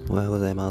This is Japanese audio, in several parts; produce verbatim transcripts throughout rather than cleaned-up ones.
おはようございます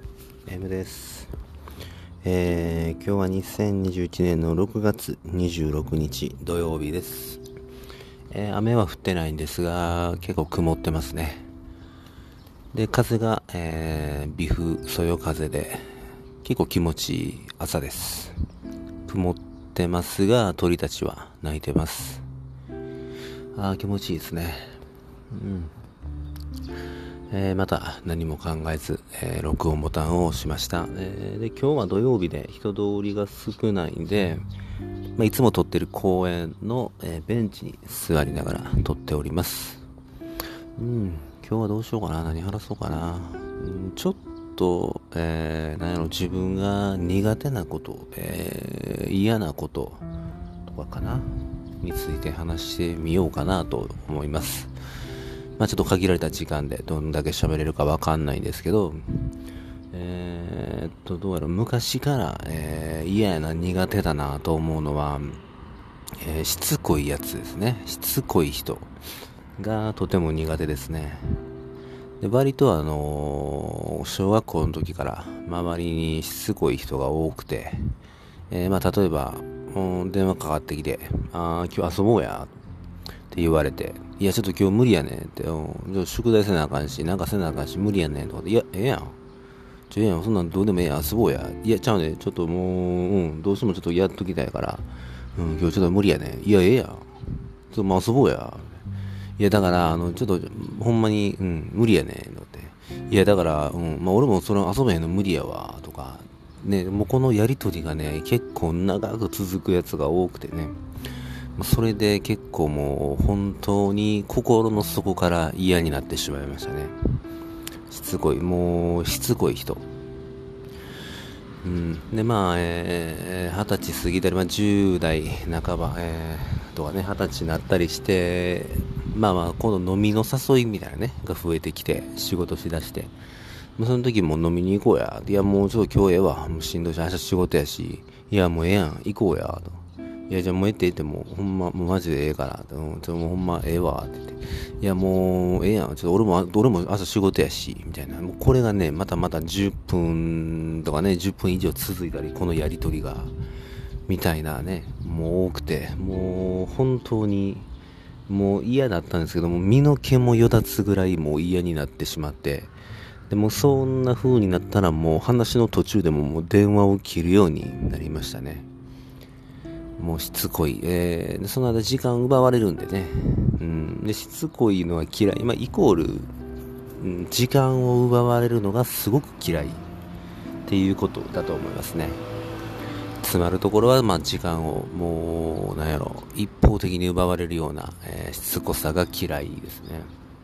。M です。えー、今日はにせんにじゅういちねんのろくがつにじゅうろくにち土曜日です。えー、雨は降ってないんですが、結構曇ってますね。で、風が、えー、微風、そよ風で、結構気持ちいい朝です。曇ってますが、鳥たちは鳴いてます。あー、気持ちいいですね。うん。えー、また何も考えず、えー、録音ボタンを押しました、えー、で今日は土曜日で人通りが少ないんで、まあ、いつも撮ってる公園の、えー、ベンチに座りながら撮っております。うん、今日はどうしようかな、何話そうかな、うん、ちょっと、えー、何やろ自分が苦手なこと、えー、嫌なこととかかなについて話してみようかなと思います。まあちょっと限られた時間でどんだけ喋れるかわかんないんですけど、えー、っと、どうやら昔から、えー、嫌やな、苦手だなと思うのは、えー、しつこいやつですね。しつこい人がとても苦手ですね。で割とあのー、小学校の時から周りにしつこい人が多くて、えー、まあ例えば、うん、電話かかってきて、あー今日遊ぼうやって言われて、いやちょっと今日無理やねんって、うん、宿題せなあかんし、なんかせなあかんし無理やねんとかで、いや、ええやん。ちょ、ええやん、そんなんどうでもええやん、遊ぼうや。いや、ちゃうね、ちょっともう、うん、どうしてもちょっとやっときたいから、うん、今日ちょっと無理やねん。いや、ええやん。ちょっとまあ遊ぼうや。いや、だから、あの、ちょっと、ほんまに、うん、無理やねん、って。いや、だから、うん、まあ俺もそれ遊べへんの無理やわ、とか、ね、もうこのやりとりがね、結構長く続くやつが多くてね、それで結構もう本当に心の底から嫌になってしまいましたね。しつこい、もうしつこい人。うん。で、まあ、えー、二十歳過ぎたり、まあ、じゅう代半ば、えー、とかね、二十歳になったりして、まあまあ、今度飲みの誘いみたいなね、が増えてきて、仕事しだして、まあ、その時も飲みに行こうや。いや、もうちょっと今日ええわ。もうしんどいし、明日仕事やし。いや、もうええやん。行こうや。と。いや、じゃあもうええって言っても、ほんま、もうマジでええから。うん、ちょもうほんまええわ。って言って。いや、もうええやん。ちょっと俺も、俺も朝仕事やし。みたいな。もうこれがね、またまたじゅっぷんとかね、じゅっぷん以上続いたり、このやりとりが。みたいなね、もう多くて、もう本当に、もう嫌だったんですけども、身の毛もよだつぐらいもう嫌になってしまって、でもそんな風になったらもう話の途中でももう電話を切るようになりましたね。もうしつこい。えー、その間時間奪われるんでね。うん。で、しつこいのは嫌い。まあ、イコール、うん、時間を奪われるのがすごく嫌いっていうことだと思いますね。つまるところは、まあ、時間をもう、なんやろ、一方的に奪われるような、えー、しつこさが嫌いですね。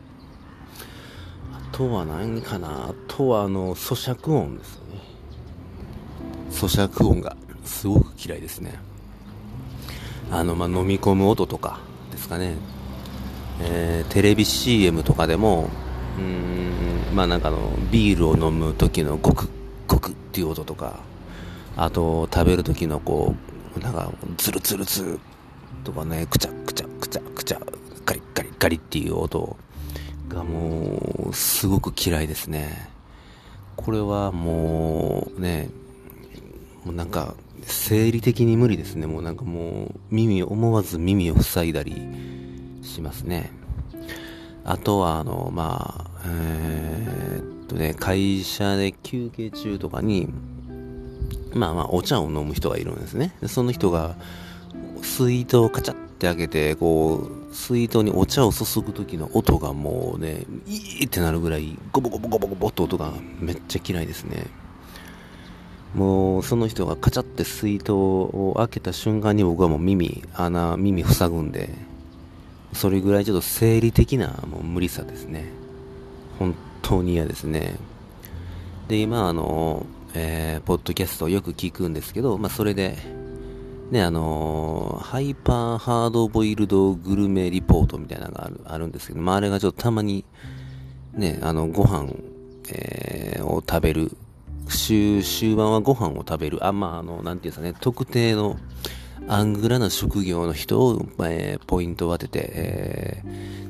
あとは何かな、あとはあの、咀嚼音ですよね。咀嚼音がすごく嫌いですね。あの、まあ、飲み込む音とかですかね。えー、テレビ シーエム とかでも、うーん、まあなんかあの、ビールを飲む時のゴクゴクっていう音とか、あと、食べる時のこう、なんか、ズルズルズルとかね、くちゃくちゃくちゃくちゃ、ガリガリガリっていう音がもう、すごく嫌いですね。これはもう、ね、もうなんか、生理的に無理ですね。もうなんかもう、耳を、思わず耳を塞いだりしますね。あとは、あの、まあ、えーっとね、会社で休憩中とかに、まあまあ、お茶を飲む人がいるんですね。でその人が、水筒をカチャって開けて、こう、水筒にお茶を注ぐ時の音がもうね、いーってなるぐらい、ゴボゴボゴボゴボって音がめっちゃ嫌いですね。もう、その人がカチャって水筒を開けた瞬間に僕はもう耳、穴、耳塞ぐんで、それぐらいちょっと生理的なもう無理さですね。本当に嫌ですね。で、今あの、えー、ポッドキャストをよく聞くんですけど、まあそれで、ね、あのー、ハイパーハードボイルドグルメリポートみたいなのがある、あるんですけど、まああれがちょっとたまに、ね、あの、ご飯、えー、を食べる、週、終盤はご飯を食べる、あ、まああの、なんていうんですかね、特定の、アングラな職業の人を、えー、ポイントを当てて、え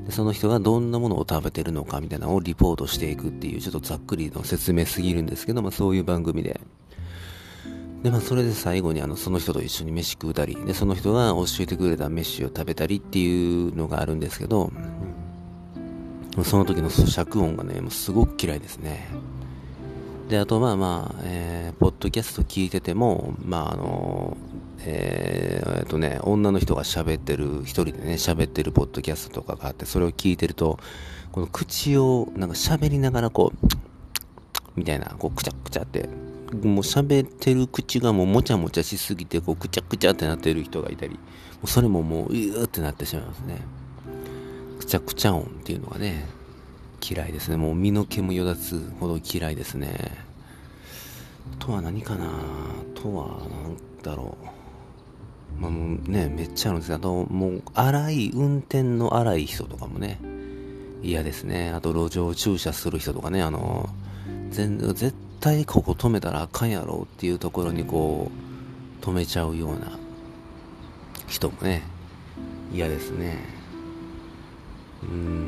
でその人がどんなものを食べてるのかみたいなのをリポートしていくっていう、ちょっとざっくりの説明すぎるんですけど、まあそういう番組で、でまあそれで最後にあのその人と一緒に飯食うたりで、その人が教えてくれた飯を食べたりっていうのがあるんですけど、その時の咀嚼音がねもうすごく嫌いですね。であとまあまあ、えー、ポッドキャスト聞いてても、まああのえー、えー、とね女の人が喋ってる、一人でね喋ってるポッドキャストとかがあって、それを聞いてると、この口をなんか喋りながらこうみたいな、こうくちゃくちゃって、もう喋ってる口がもうもちゃもちゃしすぎて、こうくちゃくちゃってなってる人がいたり、もうそれももううーってなってしまいますね。くちゃくちゃ音っていうのがね嫌いですね。もう身の毛もよだつほど嫌いですね。あとは何かな、あとはなんだろう、まあもうねめっちゃあるんですけど、もう荒い運転の荒い人とかもね嫌ですね。あと路上駐車する人とかね、あの全絶対ここ止めたらあかんやろっていうところにこう止めちゃうような人もね嫌ですね。うん。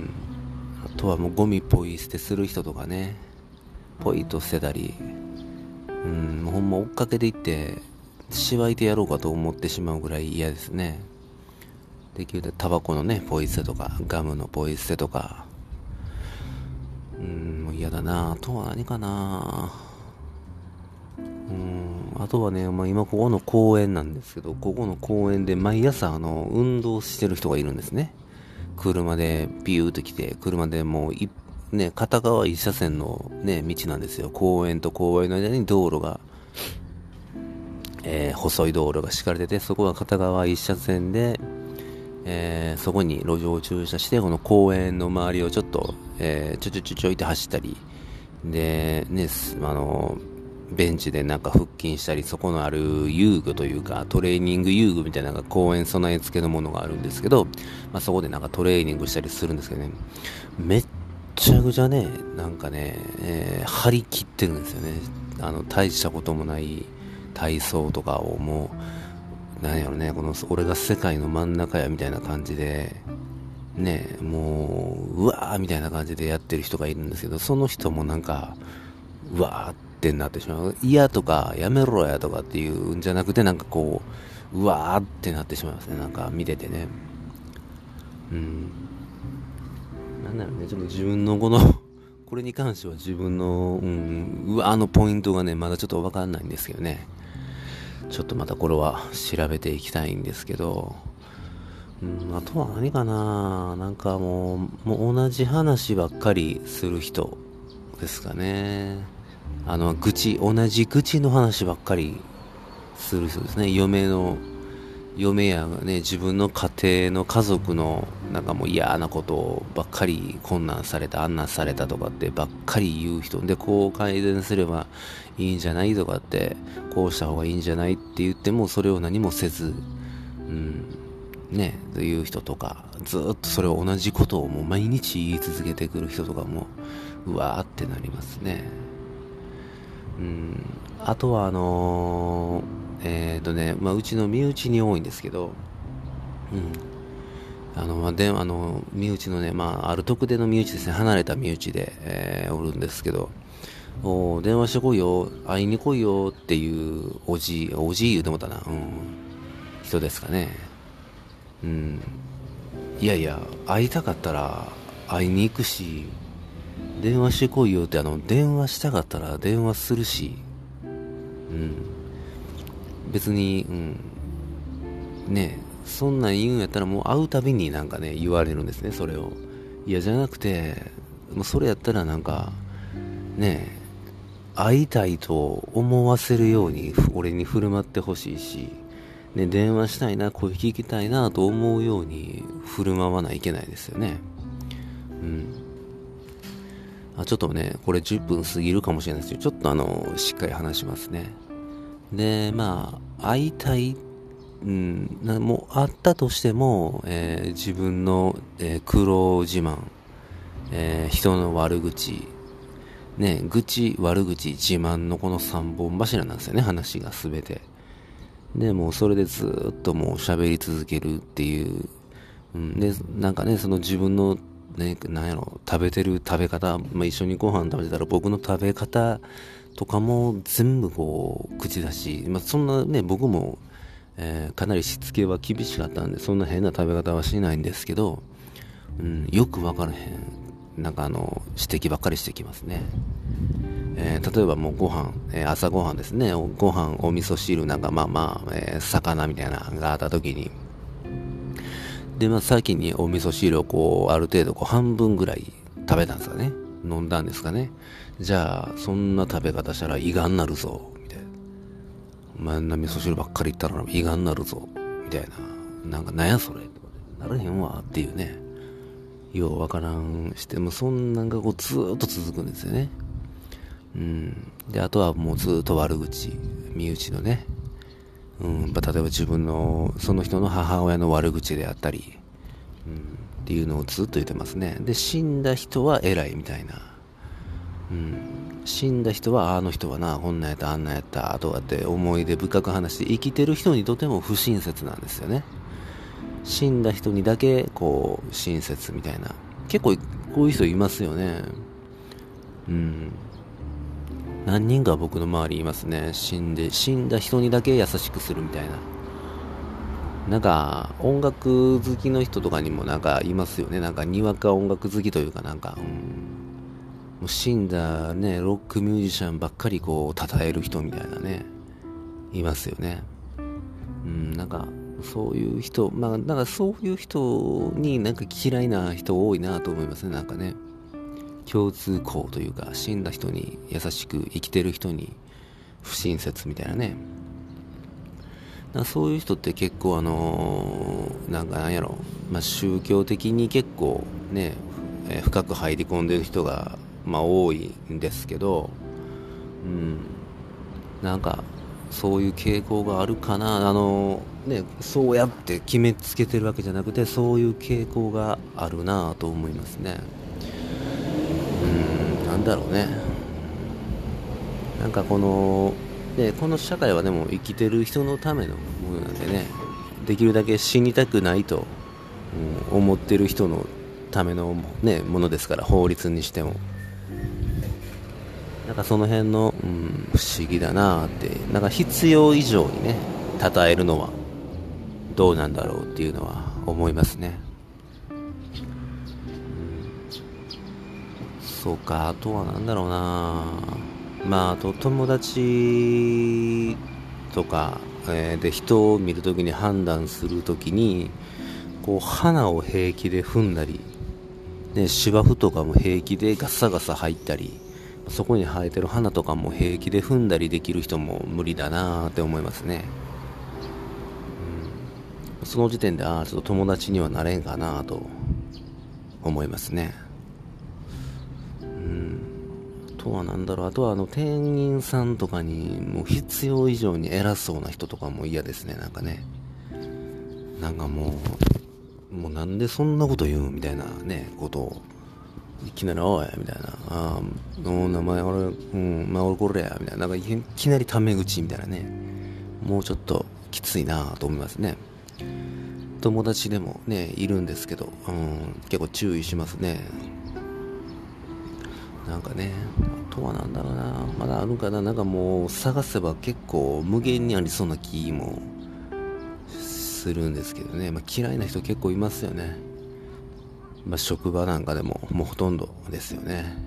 あとはもうゴミポイ捨てする人とかね、ポイと捨てたり、うん、もうほんま追っかけていってしばいてやろうかと思ってしまうぐらい嫌ですね。できるだけタバコのねポイ捨てとか、ガムのポイ捨てとか、うん、もう嫌だな。あとは何かな、うん、あとはね、まあ、今ここの公園なんですけど、ここの公園で毎朝あの運動してる人がいるんですね。車でビューと来て、車でもういね、片側一車線のね道なんですよ。公園と公園の間に道路が、えー、細い道路が敷かれてて、そこは片側一車線で、えー、そこに路上駐車して、この公園の周りをちょっと、えー、ちょちょちょちょいって走ったりでね、あのベンチでなんか腹筋したり、そこのある遊具というかトレーニング遊具みたいなのが公園備え付けのものがあるんですけど、まあ、そこでなんかトレーニングしたりするんですけどね、めっちゃくちゃねなんかね、えー、張り切ってるんですよね。あの大したこともない体操とかをもう何やろね、この俺が世界の真ん中やみたいな感じでね、もううわーみたいな感じでやってる人がいるんですけど、その人もなんかうわーってなってしまう。嫌とかやめろやとかっていうんじゃなくて、なんかこううわーってなってしまいますね。なんか見ててね、うん、なんだろうね、ちょっと自分のこのこれに関しては自分の、うん、うわーのポイントがねまだちょっと分かんないんですけどね、ちょっとまたこれは調べていきたいんですけど、うん、あとは何かな、なんかもう、もう同じ話ばっかりする人ですかね。あの愚痴、同じ愚痴の話ばっかりする人ですね。嫁の嫁やね、自分の家庭の家族のなんかもう嫌なことばっかり、こんなんされたあんなんされたとかってばっかり言う人で、こう改善すればいいんじゃないとかって、こうした方がいいんじゃないって言ってもそれを何もせず、うんね、という人とか、ずっとそれを同じことをもう毎日言い続けてくる人とかもうわーってなりますね。うん、あとはあのー、えっ、ー、とね、まあ、うちの身内に多いんですけど、うん、あの、まあ、で、あの、身内のね、まあ、ある特定の身内ですね、離れた身内で、えー、おるんですけど、お電話してこいよ、会いに来いよっていうおじ、おじ言うてもたな、うん、人ですかね。うん、いやいや、会いたかったら会いに行くし、電話してこいよって、あの、電話したかったら電話するし、うん、別に、うん、ね、そんなん言うんやったらもう会うたびになんかね、言われるんですね、それを。いや、じゃなくて、もうそれやったらなんか、ね、会いたいと思わせるように俺に振る舞ってほしいし、ね、電話したいな、声聞きたいなと思うように振る舞わないといけないですよね。うん。あ、ちょっとね、これじゅっぷん過ぎるかもしれないですけど、ちょっとあの、しっかり話しますね。で、まあ、会いたい、うん、なもう会ったとしても、えー自分の、えー苦労自慢、えー人の悪口、ね、愚痴、悪口、自慢のこの三本柱なんですよね、話がすべて。で、もうそれでずっともう喋り続けるっていう、うん、で、なんかね、その自分のね、なんやろ、食べてる食べ方、まあ、一緒にご飯食べてたら僕の食べ方とかも全部こう口出し、まあ、そんなね僕も、えー、かなりしつけは厳しかったんでそんな変な食べ方はしないんですけど、うん、よく分からへんなんかあの指摘ばっかりしてきますね。えー、例えばもうご飯、えー、朝ご飯ですね、ご飯お味噌汁なんかまあまあ、えー、魚みたいなのがあった時にで、まあ、先にお味噌汁をこうある程度こう半分ぐらい食べたんですかね、飲んだんですかね。じゃあそんな食べ方したら胃がんなるぞみたいな、お前んな味噌汁ばっかりいったら胃がんなるぞみたいな、なんかなんやそれなれへんわっていうね、ようわからんしてもそんなんがこうずーっと続くんですよね。うん、であとはもうずっと悪口、身内のね、うん、例えば自分のその人の母親の悪口であったり、うん、っていうのをずっと言ってますね。で死んだ人は偉いみたいな、うん、死んだ人はあの人はなこんなんやったあんなんやったとかって思い出深く話して生きてる人にとても不親切なんですよね。死んだ人にだけこう親切みたいな、結構こういう人いますよね。うん、何人か僕の周りいますね。死んで死んだ人にだけ優しくするみたいな。なんか音楽好きの人とかにもなんかいますよね。なんかにわか音楽好きというかなんか、うん、もう死んだねロックミュージシャンばっかりこう称える人みたいなねいますよね。うん、なんかそういう人、まあなんかそういう人になんか嫌いな人多いなと思いますね。なんかね共通項というか死んだ人に優しく生きてる人に不親切みたいなね。なんかそういう人って結構あのー、なんかなんやろ、まあ、宗教的に結構ね、えー深く入り込んでる人が、まあ、多いんですけど、うん、なんかそういう傾向があるかな、あのーね、そうやって決めつけてるわけじゃなくてそういう傾向があるなと思いますね。うん、なんだろうね、なんかこのでこの社会はでも生きてる人のためのものなんでね、できるだけ死にたくないと、うん、思ってる人のための、ね、ものですから、法律にしてもなんかその辺の、うん、不思議だなって、なんか必要以上にね称えるのはどうなんだろうっていうのは思いますね。そうか、あとはなんだろうな、まああと友達とか、えーで人を見るときに判断するときにこう花を平気で踏んだり、ね、芝生とかも平気でガサガサ入ったり、そこに生えてる花とかも平気で踏んだりできる人も無理だなって思いますね。その時点でああちょっと友達にはなれんかなと思いますね。あとはなんだろう、あとはあの店員さんとかにもう必要以上に偉そうな人とかも嫌ですね。なんかね、なんかもうもうなんでそんなこと言うみたいなねことをいきなりおいみたいな、ああお名前俺うんまあ俺これやみたいな、なんかいきなりタメ口みたいなね、もうちょっときついなと思いますね。友達でもねいるんですけど、うん、結構注意しますね。なんかね、あとはなんだろうな、まだあるかな、なんかもう探せば結構無限にありそうな気もするんですけどね、まあ、嫌いな人結構いますよね。まあ、職場なんかでももうほとんどですよね。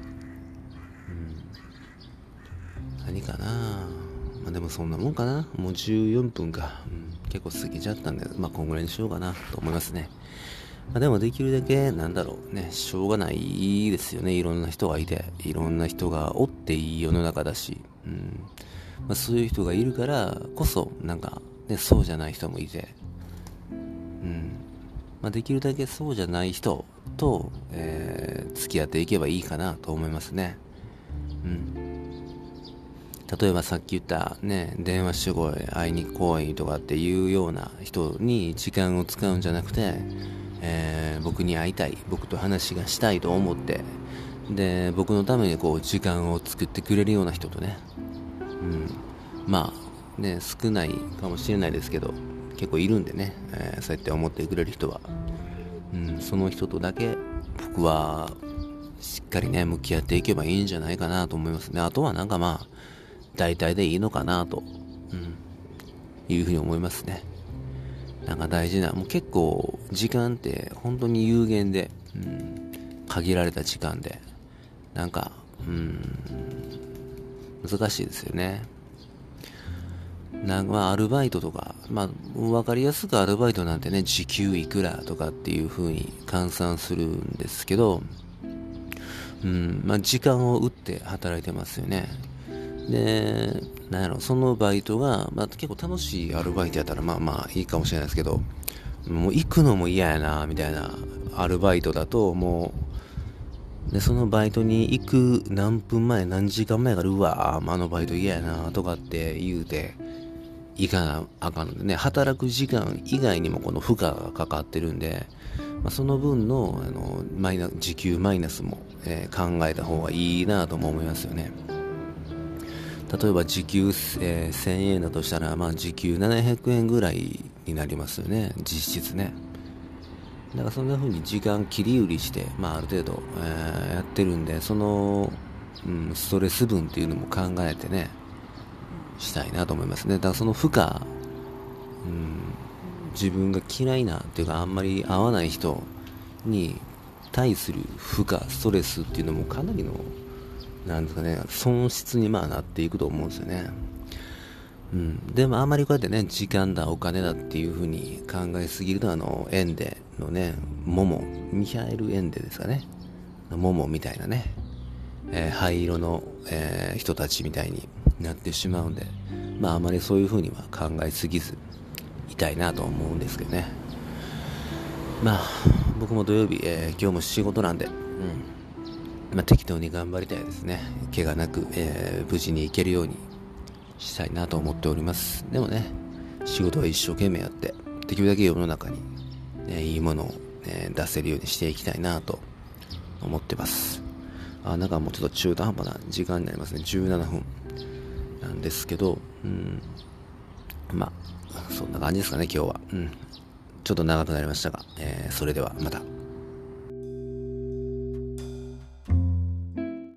うん、何かな、まあ、でもそんなもんかな、もうじゅうよんぷんか、うん、結構過ぎちゃったんで、まあこんぐらいにしようかなと思いますね。まあ、でもできるだけなんだろうね、しょうがないですよね。いろんな人がいていろんな人がおっていい世の中だし、うんまあ、そういう人がいるからこそなんか、ね、そうじゃない人もいて、うんまあ、できるだけそうじゃない人と、えー付き合っていけばいいかなと思いますね。うん例えばさっき言ったね、電話してこい、会いに来いとかっていうような人に時間を使うんじゃなくて、えー僕に会いたい、僕と話がしたいと思って、で、僕のためにこう時間を作ってくれるような人とね、うん、まあね、少ないかもしれないですけど、結構いるんでね、えーそうやって思ってくれる人は、うん、その人とだけ僕はしっかりね向き合っていけばいいんじゃないかなと思いますね。あとはなんかまあ大体でいいのかなと、うん、いうふうに思いますね。なんか大事な、もう結構時間って本当に有限で、うん、限られた時間でなんか、うん、難しいですよね。なんかまあアルバイトとか、まあ分かりやすくアルバイトなんてね時給いくらとかっていう風に換算するんですけど、うん、まあ時間を打って働いてますよね。で、なんやろ、そのバイトが、まあ、結構楽しいアルバイトやったらまあまあいいかもしれないですけど、もう行くのも嫌やなみたいなアルバイトだと、もうでそのバイトに行く何分前何時間前からうわあのバイト嫌やなとかって言うて行かなあかんのでね、働く時間以外にもこの負荷がかかってるんで、まあ、その分の、あのマイナ時給マイナスも、えー考えた方がいいなとも思いますよね。例えば時給、えーせんえんだとしたら、まあ、時給ななひゃくえんぐらいになりますよね、実質ね。だからそんな風に時間切り売りして、まあ、ある程度、えーやってるんで、その、うん、ストレス分っていうのも考えてね、したいなと思いますね。だからその負荷、うん、自分が嫌いなっていうかあんまり合わない人に対する負荷、ストレスっていうのもかなりの、なんですかね、損失にまあなっていくと思うんですよね。うん、でもあんまりこうやってね、時間だ、お金だっていう風に考えすぎると、あの、エンデのね、モモ、ミハエル・エンデですかね、モモみたいなね、えー灰色の、えー人たちみたいになってしまうんで、まああまりそういう風には考えすぎず、いたいなと思うんですけどね。まあ、僕も土曜日、えー今日も仕事なんで、うん。まあ、適当に頑張りたいですね。怪我なく、えー無事に行けるようにしたいなと思っております。でもね、仕事は一生懸命やって、できるだけ世の中に、ね、いいものを、ね、出せるようにしていきたいなと思ってます。あ、なんかもうちょっと中途半端な時間になりますね。じゅうななふんなんですけど、うん、まあ、そんな感じですかね、今日は。うん、ちょっと長くなりましたが、えーそれではまた。